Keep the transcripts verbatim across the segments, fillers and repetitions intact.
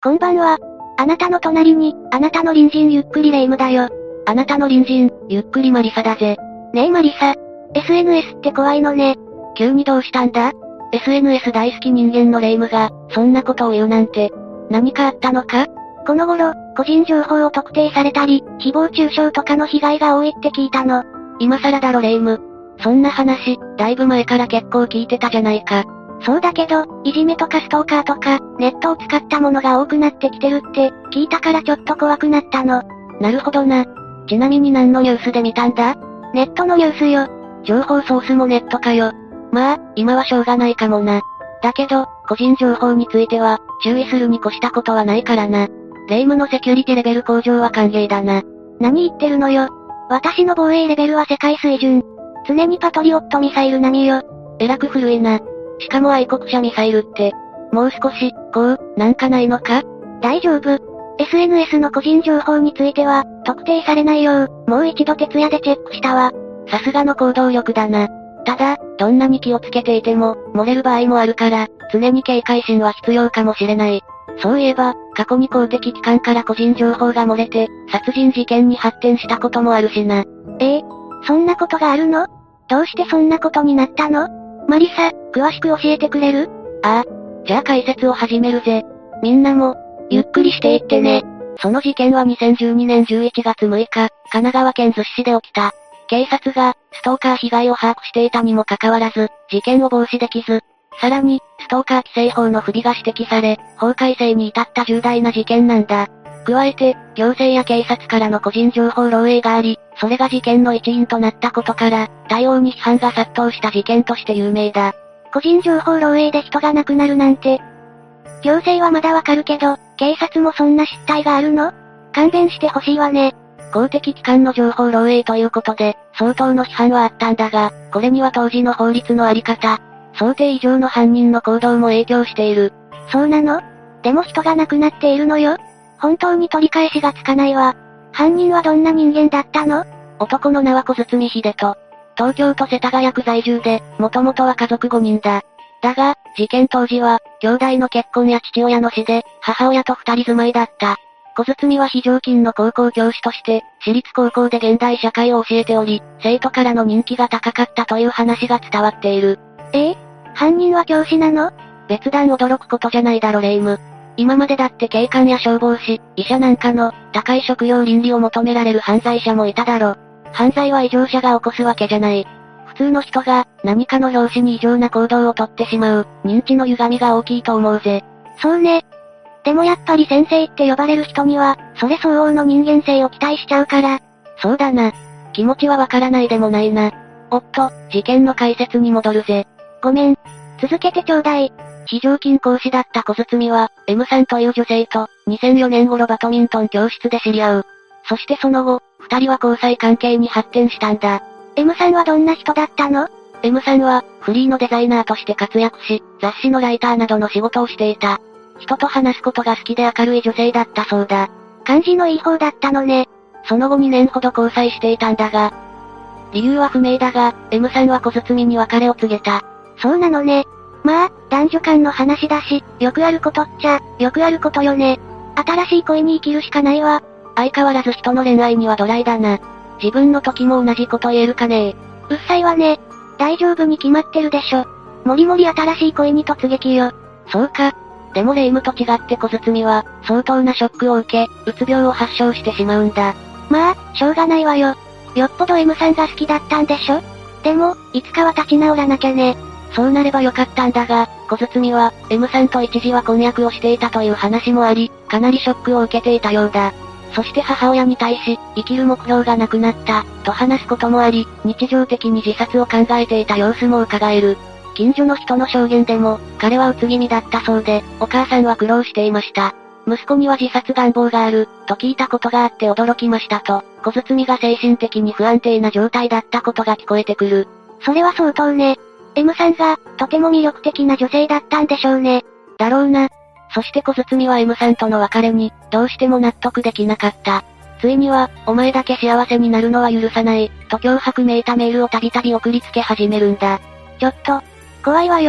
こんばんは。あなたの隣に、あなたの隣人ゆっくりレ夢ムだよ。 あなたの隣人、ゆっくりマリサだぜ。 ねえマリサ。エスエヌエス って怖いのね。 急にどうしたんだ？ エスエヌエス 大好き人間のレ夢ムが、そんなことを言うなんて、何かあったのか？ この頃、個人情報を特定されたり、誹謗中傷とかの被害が多いって聞いたの。 今更だろレ夢ム。そんな話、だいぶ前から結構聞いてたじゃないか。 そうだけど、いじめとかストーカーとか、ネットを使ったものが多くなってきてるって、聞いたからちょっと怖くなったの。 なるほどな。ちなみに何のニュースで見たんだ？ ネットのニュースよ。 情報ソースもネットかよ。まあ、今はしょうがないかもな。だけど、個人情報については、注意するに越したことはないからな。レ夢ムのセキュリティレベル向上は歓迎だな。 何言ってるのよ。私の防衛レベルは世界水準。常にパトリオットミサイル並みよ。 えらく古いな。しかも愛国者ミサイルって、もう少し、こう、なんかないのか？ 大丈夫。エスエヌエス の個人情報については、特定されないよう、もう一度徹夜でチェックしたわ。 さすがの行動力だな。ただ、どんなに気をつけていても、漏れる場合もあるから、常に警戒心は必要かもしれない。そういえば、過去に公的機関から個人情報が漏れて、殺人事件に発展したこともあるしな。 ええ、そんなことがあるの？どうしてそんなことになったの？マリサ、詳しく教えてくれる？ ああ。じゃあ解説を始めるぜ。みんなも、ゆっくりしていってね。その事件はにせんじゅうにねんじゅういちがつむいか、神奈川県逗子市で起きた。警察が、ストーカー被害を把握していたにもかかわらず、事件を防止できず、さらに、ストーカー規制法の不備が指摘され、法改正に至った重大な事件なんだ。加えて、行政や警察からの個人情報漏洩があり、それが事件の一因となったことから、対応に批判が殺到した事件として有名だ。 個人情報漏洩で人が亡くなるなんて。行政はまだわかるけど、警察もそんな失態があるの？勘弁してほしいわね。 公的機関の情報漏洩ということで、相当の批判はあったんだが、これには当時の法律のあり方、想定以上の犯人の行動も影響している。 そうなの？でも人が亡くなっているのよ。本当に取り返しがつかないわ。犯人はどんな人間だったの？ 男の名は小堤秀人。東京都世田谷区在住で、もともとは家族ごにんだ。だが、事件当時は、兄弟の結婚や父親の死で、母親と二人住まいだった。小堤は非常勤の高校教師として、私立高校で現代社会を教えており、生徒からの人気が高かったという話が伝わっている。 ええ？犯人は教師なの？ 別段驚くことじゃないだろレ夢ム。今までだって警官や消防士、医者なんかの、高い職業倫理を求められる犯罪者もいただろ。犯罪は異常者が起こすわけじゃない。普通の人が、何かの拍子に異常な行動をとってしまう、認知の歪みが大きいと思うぜ。 そうね。でもやっぱり先生って呼ばれる人には、それ相応の人間性を期待しちゃうから。 そうだな。気持ちはわからないでもないな。おっと、事件の解説に戻るぜ。 ごめん。続けてちょうだい。 非常勤講師だった小堤は、M さんという女性と、にせんよねん頃バドミントン教室で知り合う。そしてその後、二人は交際関係に発展したんだ。 M さんはどんな人だったの？ M さんは、フリーのデザイナーとして活躍し、雑誌のライターなどの仕事をしていた。人と話すことが好きで明るい女性だったそうだ。 感じのいい方だったのね。 その後にねんほど交際していたんだが、理由は不明だが、M さんは小堤に別れを告げた。 そうなのね。まあ、男女間の話だし、よくあることっちゃ、よくあることよね。新しい恋に生きるしかないわ。 相変わらず人の恋愛にはドライだな。自分の時も同じこと言えるかねえ。 うっさいわね。大丈夫に決まってるでしょ。もりもり新しい恋に突撃よ。 そうか。でもレ夢ムと違って小堤は、相当なショックを受け、うつ病を発症してしまうんだ。 まあ、しょうがないわよ。よっぽど M さんが好きだったんでしょ？でも、いつかは立ち直らなきゃね。 そうなればよかったんだが、小堤は、M さんと一時は婚約をしていたという話もあり、かなりショックを受けていたようだ。そして母親に対し、生きる目標がなくなった、と話すこともあり、日常的に自殺を考えていた様子も伺える。近所の人の証言でも、彼はうつ気味だったそうで、お母さんは苦労していました。息子には自殺願望がある、と聞いたことがあって驚きましたと、小堤が精神的に不安定な状態だったことが聞こえてくる。 それは相当ね。M さんが、とても魅力的な女性だったんでしょうね。 だろうな。そして小堤は M さんとの別れに、どうしても納得できなかった。ついには、お前だけ幸せになるのは許さない、と脅迫めいたメールをたびたび送りつけ始めるんだ。 ちょっと、怖いわよ。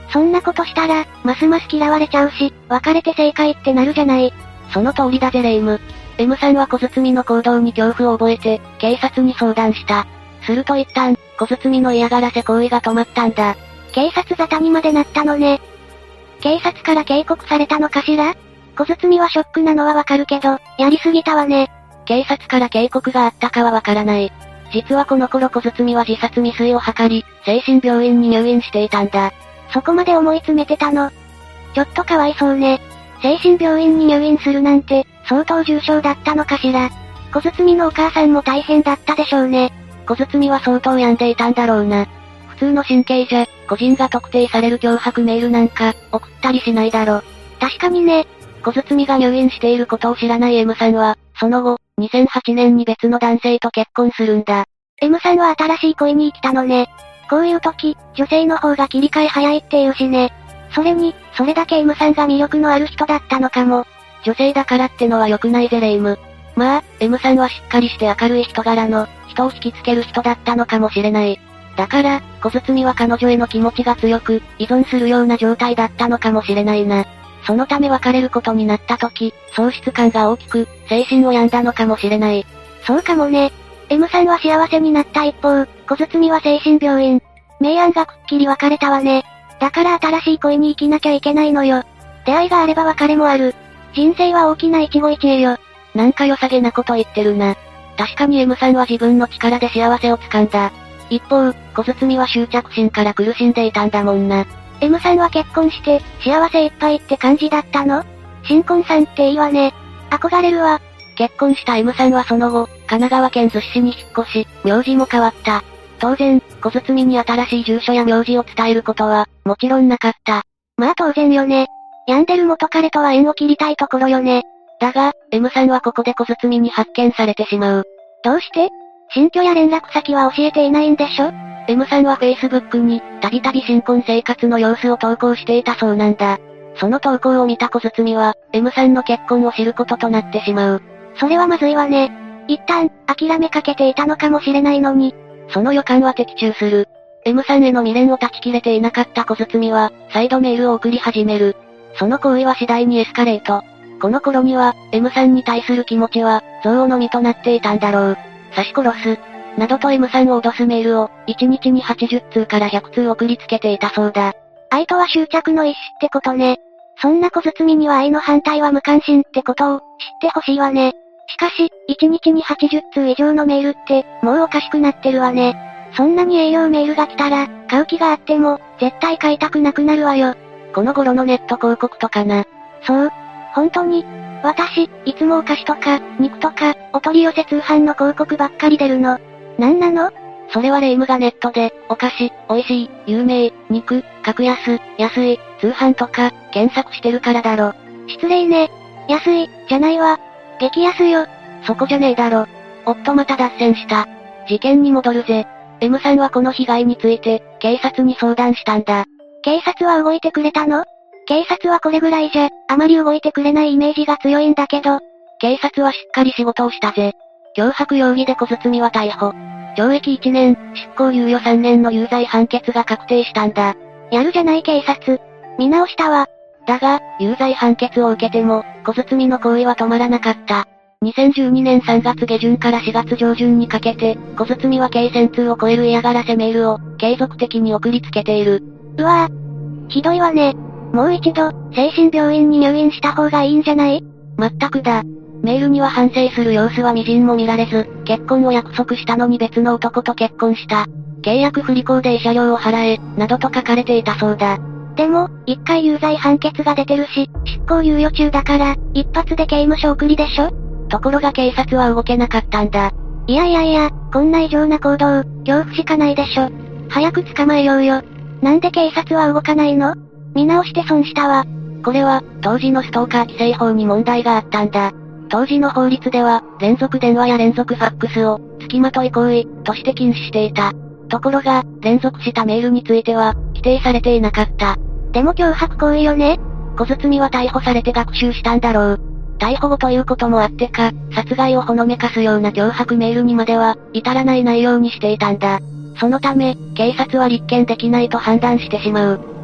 そんなことしたら、ますます嫌われちゃうし、別れて正解ってなるじゃない。 その通りだぜレ夢ム。M さんは小包の行動に恐怖を覚えて、警察に相談した。すると一旦、小包の嫌がらせ行為が止まったんだ。 警察沙汰にまでなったのね。警察から警告されたのかしら？小包はショックなのはわかるけど、やりすぎたわね。 警察から警告があったかはわからない。実はこの頃小包は自殺未遂を図り、精神病院に入院していたんだ。 そこまで思い詰めてたの。ちょっとかわいそうね。精神病院に入院するなんて、相当重症だったのかしら。小包のお母さんも大変だったでしょうね。 小包は相当病んでいたんだろうな。普通の神経じゃ、個人が特定される脅迫メールなんか、送ったりしないだろ。 確かにね。 小包が入院していることを知らない M さんは、その後、にせんはちねんに別の男性と結婚するんだ。 M さんは新しい恋に生きたのね。こういう時、女性の方が切り替え早いって言うしね。それに、それだけ M さんが魅力のある人だったのかも。 女性だからってのは良くないぜレ夢ム。まあ、M さんはしっかりして明るい人柄の、人を引きつける人だったのかもしれない。だから、小包は彼女への気持ちが強く、依存するような状態だったのかもしれないな。そのため別れることになった時、喪失感が大きく、精神を病んだのかもしれない。 そうかもね。M さんは幸せになった一方、小包は精神病院。明暗がくっきり分かれたわね。だから新しい恋に生きなきゃいけないのよ。出会いがあれば別れもある。人生は大きな一期一会よ。 なんか良さげなこと言ってるな。確かに M さんは自分の力で幸せをつかんだ。一方、小包は執着心から苦しんでいたんだもんな。 M さんは結婚して、幸せいっぱいって感じだったの？新婚さんっていいわね。憧れるわ。 結婚した M さんはその後、神奈川県逗子市に引っ越し、名字も変わった。当然、小包に新しい住所や名字を伝えることは、もちろんなかった。 まあ当然よね。病んでる元彼とは縁を切りたいところよね。 だが、M さんはここで小包に発見されてしまう。 どうして？新居や連絡先は教えていないんでしょ？ M さんは Facebook に、たびたび新婚生活の様子を投稿していたそうなんだ。その投稿を見た小包は、M さんの結婚を知ることとなってしまう。 それはまずいわね。一旦、諦めかけていたのかもしれないのに。 その予感は的中する。M さんへの未練を断ち切れていなかった小包は、再度メールを送り始める。その行為は次第にエスカレート。この頃には、M さんに対する気持ちは、憎悪のみとなっていたんだろう。刺し殺す。などと M さんを脅すメールを、いちにちにはちじゅっつうからひゃくつう送りつけていたそうだ。 愛とは執着の一種ってことね。そんな小包には愛の反対は無関心ってことを、知ってほしいわね。しかし、いちにちにはちじゅっつう以上のメールって、もうおかしくなってるわね。そんなに営業メールが来たら、買う気があっても、絶対買いたくなくなるわよ。 この頃のネット広告とかな。 そう。本当に。私、いつもお菓子とか、肉とか、お取り寄せ通販の広告ばっかり出るの。なんなの？ それはレ夢ムがネットで、お菓子、美味しい、有名、肉、格安、安い、通販とか、検索してるからだろ。 失礼ね。安い、じゃないわ。激安よ。 そこじゃねえだろ。おっとまた脱線した。事件に戻るぜ。M さんはこの被害について、警察に相談したんだ。 警察は動いてくれたの？警察はこれぐらいじゃ、あまり動いてくれないイメージが強いんだけど。 警察はしっかり仕事をしたぜ。脅迫容疑で小包は逮捕。懲役いちねん、執行猶予さんねんの有罪判決が確定したんだ。 やるじゃない警察。見直したわ。 だが、有罪判決を受けても、小包の行為は止まらなかった。にせんじゅうにねんさんがつげじゅんからしがつじょうじゅんにかけて、小包は計せんつうを超える嫌がらせメールを、継続的に送りつけている。 うわぁ。ひどいわね。もう一度、精神病院に入院した方がいいんじゃない？ まったくだ。メールには反省する様子は微塵も見られず、結婚を約束したのに別の男と結婚した。契約不履行で慰謝料を払え、などと書かれていたそうだ。 でも、一回有罪判決が出てるし、執行猶予中だから、一発で刑務所送りでしょ？ ところが警察は動けなかったんだ。 いやいやいや、こんな異常な行動、恐怖しかないでしょ。早く捕まえようよ。なんで警察は動かないの？見直して損したわ。 これは、当時のストーカー規制法に問題があったんだ。当時の法律では、連続電話や連続ファックスを、付きまとい行為、として禁止していた。ところが、連続したメールについては、規定されていなかった。 でも脅迫行為よね。 小包は逮捕されて学習したんだろう。逮捕後ということもあってか、殺害をほのめかすような脅迫メールにまでは、至らない内容にしていたんだ。そのため、警察は立件できないと判断してしまう。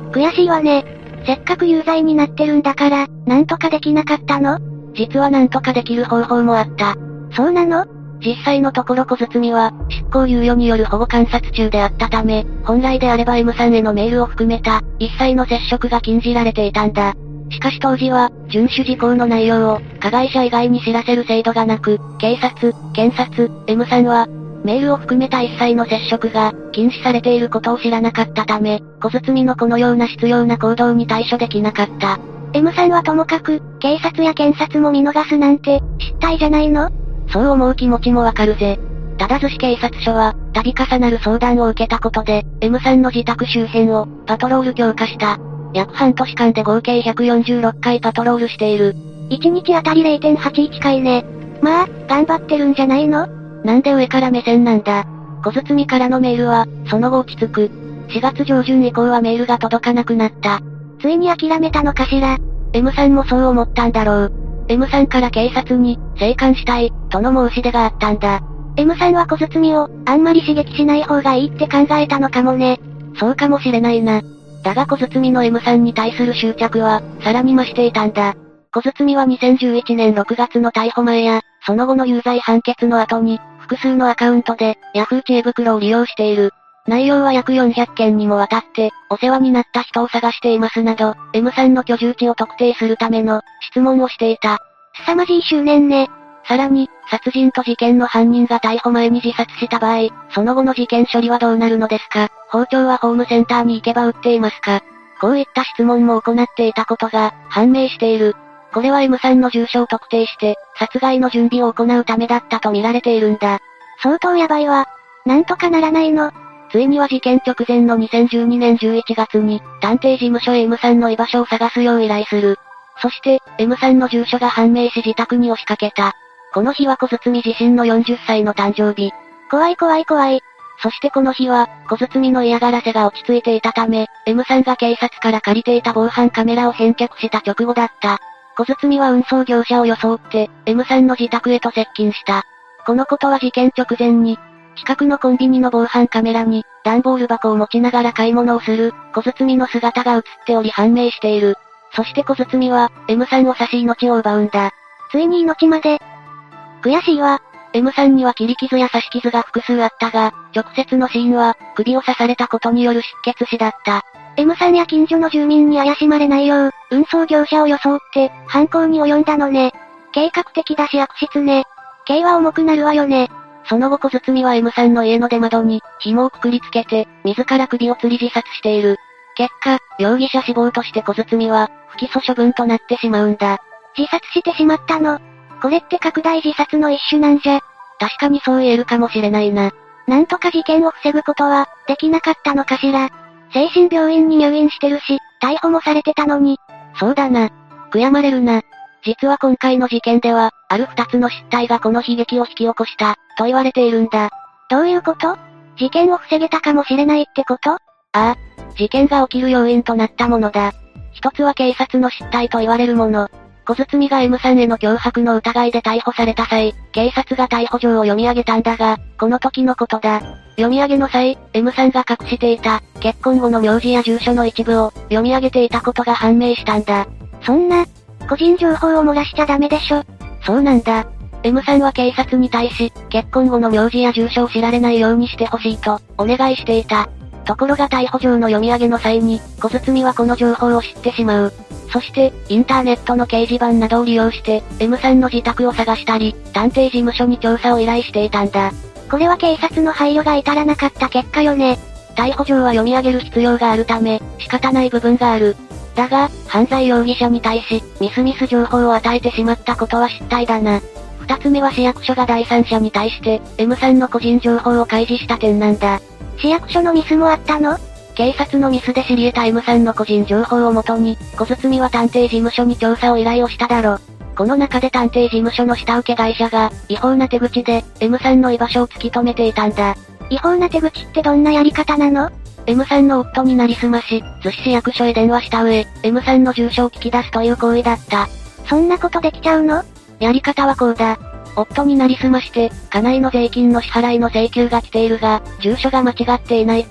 悔しいわね。せっかく有罪になってるんだから、なんとかできなかったの？ 実はなんとかできる方法もあった。 そうなの？ 実際のところ小包は、執行猶予による保護観察中であったため、本来であれば M さんへのメールを含めた、一切の接触が禁じられていたんだ。しかし当時は、遵守事項の内容を、加害者以外に知らせる制度がなく、警察、検察、M さんは、メールを含めた一切の接触が、禁止されていることを知らなかったため、小包のこのような執拗な行動に対処できなかった。 M さんはともかく、警察や検察も見逃すなんて、失態じゃないの？ そう思う気持ちもわかるぜ。ただ逗子警察署は、度重なる相談を受けたことで、M さんの自宅周辺を、パトロール強化した。約半年間で合計ひゃくよんじゅうろっかいパトロールしている。 いちにちあたり れいてんはちいち 回ね。まあ、頑張ってるんじゃないの？ なんで上から目線なんだ。小包からのメールは、その後落ち着く。しがつ上旬以降はメールが届かなくなった。 ついに諦めたのかしら。 M さんもそう思ったんだろう。M さんから警察に、生還したい、との申し出があったんだ。 M さんは小包を、あんまり刺激しない方がいいって考えたのかもね。 そうかもしれないな。だが小包の M さんに対する執着は、さらに増していたんだ。小包はにせんじゅういちねんろくがつの逮捕前や、その後の有罪判決の後に、複数のアカウントで、ヤフー知恵袋を利用している。内容は約よんひゃっけんにもわたって、お世話になった人を探していますなど、M さんの居住地を特定するための、質問をしていた。 凄まじい執念ね。 さらに、殺人と事件の犯人が逮捕前に自殺した場合、その後の事件処理はどうなるのですか？包丁はホームセンターに行けば売っていますか？こういった質問も行っていたことが、判明している。これは M さんの住所を特定して、殺害の準備を行うためだったと見られているんだ。 相当やばいわ。なんとかならないの？ ついには事件直前のにせんじゅうにねんじゅういちがつに、探偵事務所へ M さんの居場所を探すよう依頼する。そして、M さんの住所が判明し自宅に押しかけた。この日は小包自身のよんじゅっさいの誕生日。 怖い怖い怖い。 そしてこの日は、小包の嫌がらせが落ち着いていたため、M さんが警察から借りていた防犯カメラを返却した直後だった。小包は運送業者を装って、M さんの自宅へと接近した。このことは事件直前に、近くのコンビニの防犯カメラに、段ボール箱を持ちながら買い物をする、小包の姿が映っており判明している。そして小包は、M さんを刺し命を奪うんだ。 ついに命まで。悔しいわ。 M さんには切り傷や刺し傷が複数あったが、直接の死因は、首を刺されたことによる失血死だった。 M さんや近所の住民に怪しまれないよう、運送業者を装って、犯行に及んだのね。計画的だし悪質ね。刑は重くなるわよね。 その後小包は M さんの家の出窓に、紐をくくりつけて、自ら首を吊り自殺している。結果、容疑者死亡として小包は、不起訴処分となってしまうんだ。 自殺してしまったの。これって拡大自殺の一種なんじゃ。 確かにそう言えるかもしれないな。 なんとか事件を防ぐことは、できなかったのかしら。精神病院に入院してるし、逮捕もされてたのに。 そうだな。悔やまれるな。実は今回の事件では、ある二つの失態がこの悲劇を引き起こした、と言われているんだ。 どういうこと？事件を防げたかもしれないってこと？ああ。事件が起きる要因となったものだ。一つは警察の失態と言われるもの。小包が M さんへの脅迫の疑いで逮捕された際、警察が逮捕状を読み上げたんだが、この時のことだ。読み上げの際、M さんが隠していた、結婚後の名字や住所の一部を、読み上げていたことが判明したんだ。 そんな、個人情報を漏らしちゃダメでしょ。 そうなんだ。M さんは警察に対し、結婚後の名字や住所を知られないようにしてほしいと、お願いしていた。ところが逮捕状の読み上げの際に、小包はこの情報を知ってしまう。そして、インターネットの掲示板などを利用して、M さんの自宅を探したり、探偵事務所に調査を依頼していたんだ。 これは警察の配慮が至らなかった結果よね。 逮捕状は読み上げる必要があるため、仕方ない部分がある。だが、犯罪容疑者に対し、ミスミス情報を与えてしまったことは失態だな。二つ目は市役所が第三者に対して、M さんの個人情報を開示した点なんだ。 市役所のミスもあったの？ 警察のミスで知り得た M さんの個人情報をもとに、小包は探偵事務所に調査を依頼をしただろ。この中で探偵事務所の下請け会社が、違法な手口で、M さんの居場所を突き止めていたんだ。 違法な手口ってどんなやり方なの？ M さんの夫になりすまし、逗子市役所へ電話した上、M さんの住所を聞き出すという行為だった。 そんなことできちゃうの？ やり方はこうだ。夫になりすまして、家内の税金の支払いの請求が来ているが、住所が間違っていないか、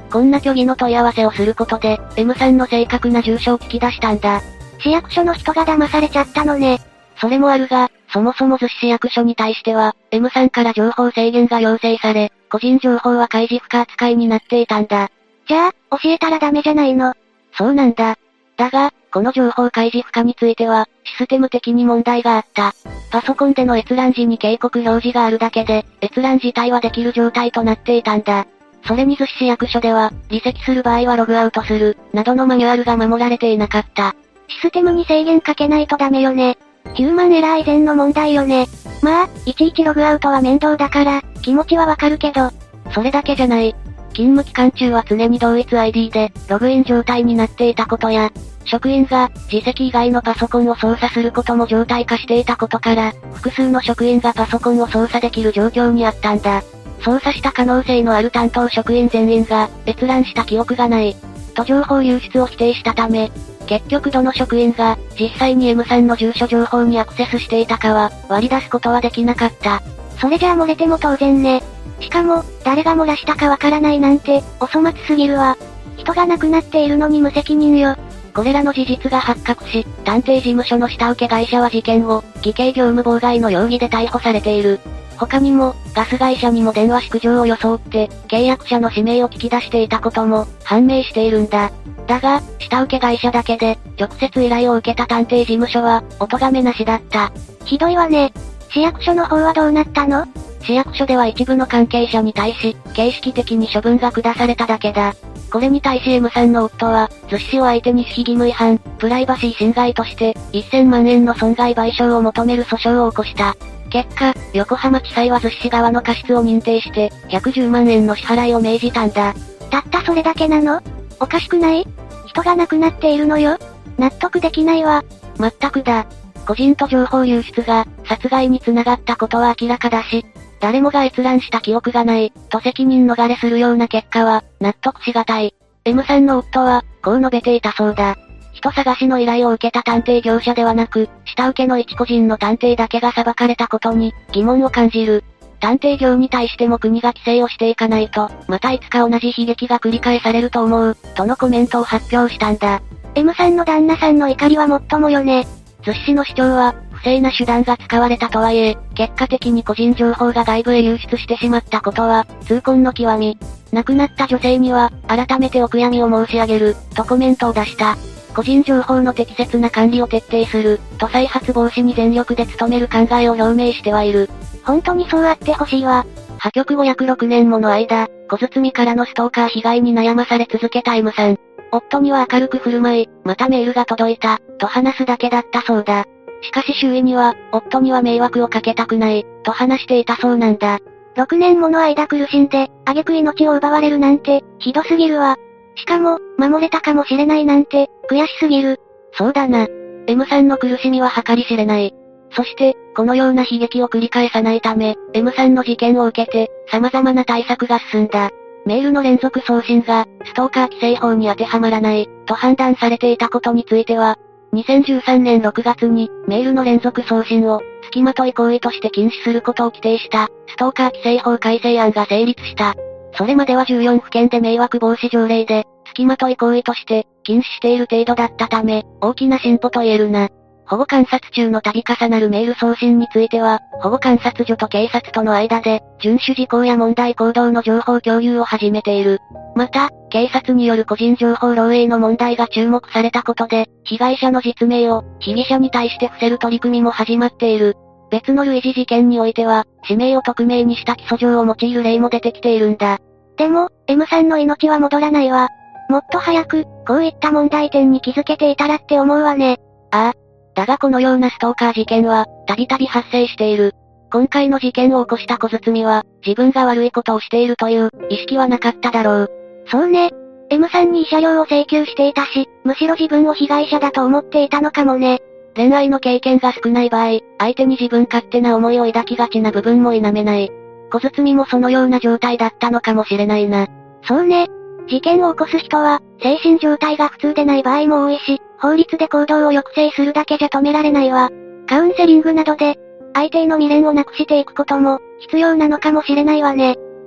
こんな虚偽の問い合わせをすることで、M さんの正確な住所を聞き出したんだ。 市役所の人が騙されちゃったのね。 それもあるが、そもそも逗子市役所に対しては、M さんから情報制限が要請され、個人情報は開示不可扱いになっていたんだ。 じゃあ、教えたらダメじゃないの。 そうなんだ。だが、この情報開示不可については、システム的に問題があった。パソコンでの閲覧時に警告表示があるだけで、閲覧自体はできる状態となっていたんだ。それに逗子市役所では、離席する場合はログアウトする、などのマニュアルが守られていなかった。 システムに制限かけないとダメよね。ヒューマンエラー以前の問題よね。まあ、いちいちログアウトは面倒だから、気持ちはわかるけど。 それだけじゃない。勤務期間中は常に同一 アイディー で、ログイン状態になっていたことや、職員が、自席以外のパソコンを操作することも常態化していたことから、複数の職員がパソコンを操作できる状況にあったんだ。操作した可能性のある担当職員全員が、閲覧した記憶がない、と情報流出を否定したため、結局どの職員が、実際に M さんの住所情報にアクセスしていたかは、割り出すことはできなかった。 それじゃあ漏れても当然ね。しかも、誰が漏らしたかわからないなんて、お粗末すぎるわ。人が亡くなっているのに無責任よ。 これらの事実が発覚し、探偵事務所の下請け会社は事件後、偽計業務妨害の容疑で逮捕されている。他にも、ガス会社にも電話式場を装って、契約者の氏名を聞き出していたことも、判明しているんだ。だが、下請け会社だけで、直接依頼を受けた探偵事務所は、お咎めなしだった。 ひどいわね。市役所の方はどうなったの？ 市役所では一部の関係者に対し、形式的に処分が下されただけだ。これに対し M さんの夫は、逗子市を相手に守秘義務違反、プライバシー侵害として、せんまんえんの損害賠償を求める訴訟を起こした。結果、横浜地裁は逗子市側の過失を認定して、ひゃくじゅうまんえんの支払いを命じたんだ。 たったそれだけなの？おかしくない？人が亡くなっているのよ。納得できないわ。 まったくだ。個人と情報流出が、殺害に繋がったことは明らかだし、誰もが閲覧した記憶がない、と責任逃れするような結果は、納得しがたい。M さんの夫は、こう述べていたそうだ。人探しの依頼を受けた探偵業者ではなく、下請けの一個人の探偵だけが裁かれたことに、疑問を感じる。探偵業に対しても国が規制をしていかないと、またいつか同じ悲劇が繰り返されると思う、とのコメントを発表したんだ。 M さんの旦那さんの怒りはもっともよね。 逗子市の主張は、不正な手段が使われたとはいえ、結果的に個人情報が外部へ流出してしまったことは、痛恨の極み。亡くなった女性には、改めてお悔やみを申し上げる、とコメントを出した。個人情報の適切な管理を徹底する、と再発防止に全力で努める考えを表明してはいる。 本当にそうあってほしいわ。 破局後約ろくねんもの間、小包からのストーカー被害に悩まされ続けた M さん。夫には明るく振る舞い、またメールが届いた、と話すだけだったそうだ。しかし周囲には、夫には迷惑をかけたくない、と話していたそうなんだ。 ろくねんもの間苦しんで、挙句命を奪われるなんて、ひどすぎるわ。しかも、守れたかもしれないなんて、悔しすぎる。 そうだな。M さんの苦しみは計り知れない。そして、このような悲劇を繰り返さないため、M さんの事件を受けて、様々な対策が進んだ。メールの連続送信が、ストーカー規制法に当てはまらない、と判断されていたことについては、にせんじゅうさんねんろくがつに、メールの連続送信を、付きまとい行為として禁止することを規定した、ストーカー規制法改正案が成立した。それまではじゅうよんふけんで迷惑防止条例で、付きまとい行為として、禁止している程度だったため、大きな進歩と言えるな。保護観察中の度重なるメール送信については、保護観察所と警察との間で、遵守事項や問題行動の情報共有を始めている。また、警察による個人情報漏洩の問題が注目されたことで、被害者の実名を、被疑者に対して伏せる取り組みも始まっている。別の類似事件においては、氏名を匿名にした起訴状を用いる例も出てきているんだ。 でも、M さんの命は戻らないわ。もっと早く、こういった問題点に気づけていたらって思うわね。 ああ。だがこのようなストーカー事件は、たびたび発生している。今回の事件を起こした小包は、自分が悪いことをしているという、意識はなかっただろう。 そうね。M さんに慰謝料を請求していたし、むしろ自分を被害者だと思っていたのかもね。 恋愛の経験が少ない場合、相手に自分勝手な思いを抱きがちな部分も否めない。小包もそのような状態だったのかもしれないな。 そうね。事件を起こす人は、精神状態が普通でない場合も多いし、法律で行動を抑制するだけじゃ止められないわ。カウンセリングなどで、相手への未練をなくしていくことも、必要なのかもしれないわね。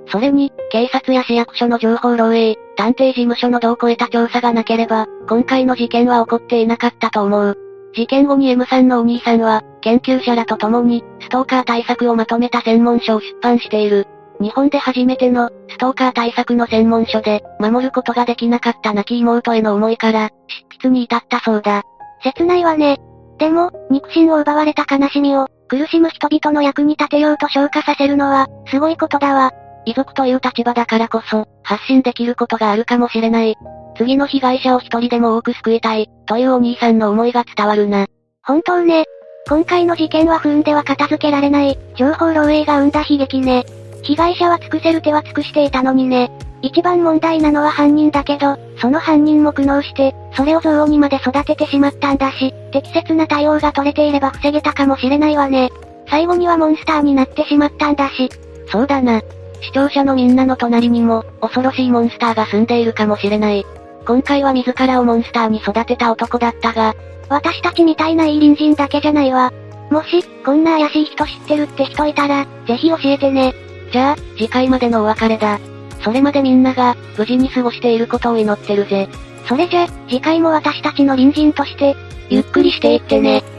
それに、警察や市役所の情報漏洩、探偵事務所の度を超えた調査がなければ、今回の事件は起こっていなかったと思う。事件後に M さんのお兄さんは、研究者らと共に、ストーカー対策をまとめた専門書を出版している。日本で初めての、ストーカー対策の専門書で、守ることができなかった亡き妹への思いから、執筆に至ったそうだ。 切ないわね。でも、肉親を奪われた悲しみを、苦しむ人々の役に立てようと昇華させるのは、すごいことだわ。 遺族という立場だからこそ、発信できることがあるかもしれない。次の被害者を一人でも多く救いたい、というお兄さんの思いが伝わるな。 本当ね。今回の事件は不運では片付けられない、情報漏洩が生んだ悲劇ね。被害者は尽くせる手は尽くしていたのにね。一番問題なのは犯人だけど、その犯人も苦悩して、それを憎悪にまで育ててしまったんだし、適切な対応が取れていれば防げたかもしれないわね。最後にはモンスターになってしまったんだし。 そうだな。視聴者のみんなの隣にも、恐ろしいモンスターが住んでいるかもしれない。今回は自らをモンスターに育てた男だったが、 私たちみたいないい隣人だけじゃないわ。もし、こんな怪しい人知ってるって人いたら、ぜひ教えてね。 じゃあ、次回までのお別れだ。それまでみんなが、無事に過ごしていることを祈ってるぜ。 それじゃ、次回も私たちの隣人として、 ゆっくりしていってね。